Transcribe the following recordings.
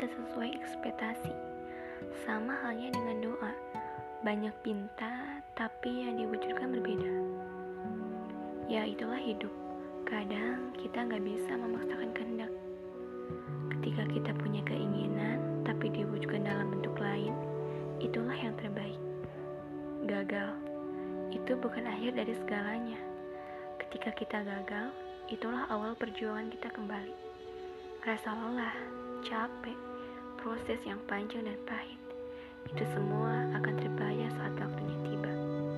tidak sesuai ekspektasi. Sama halnya dengan doa, banyak pinta tapi yang diwujudkan berbeda. Ya itulah hidup, kadang kita gak bisa memaksakan kehendak. Ketika kita punya keinginan tapi diwujudkan dalam bentuk lain, itulah yang terbaik. Gagal, itu bukan akhir dari segalanya. Ketika kita gagal, itulah awal perjuangan kita kembali. Rasa lelah, capek, proses yang panjang dan pahit, itu semua akan terbayar saat waktunya tiba.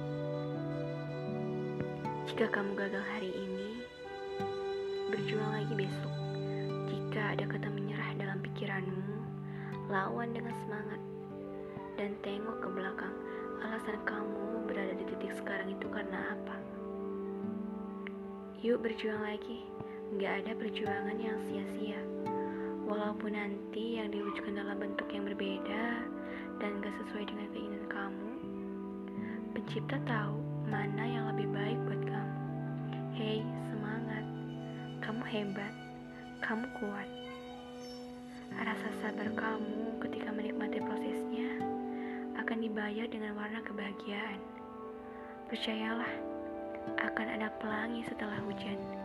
Jika kamu gagal hari ini, berjuang lagi besok. Jika ada kata menyerah dalam pikiranmu, lawan dengan semangat. Dan tengok ke belakang, alasan kamu berada di titik sekarang itu karena apa? Yuk berjuang lagi, gak ada perjuangan yang sia-sia. Walaupun nanti yang diwujudkan dalam bentuk yang berbeda dan gak sesuai dengan keinginan kamu, Pencipta tahu mana yang lebih baik buat kamu. Hei, semangat. Kamu hebat. Kamu kuat. Rasa sabar kamu ketika menikmati prosesnya akan dibayar dengan warna kebahagiaan. Percayalah, akan ada pelangi setelah hujan.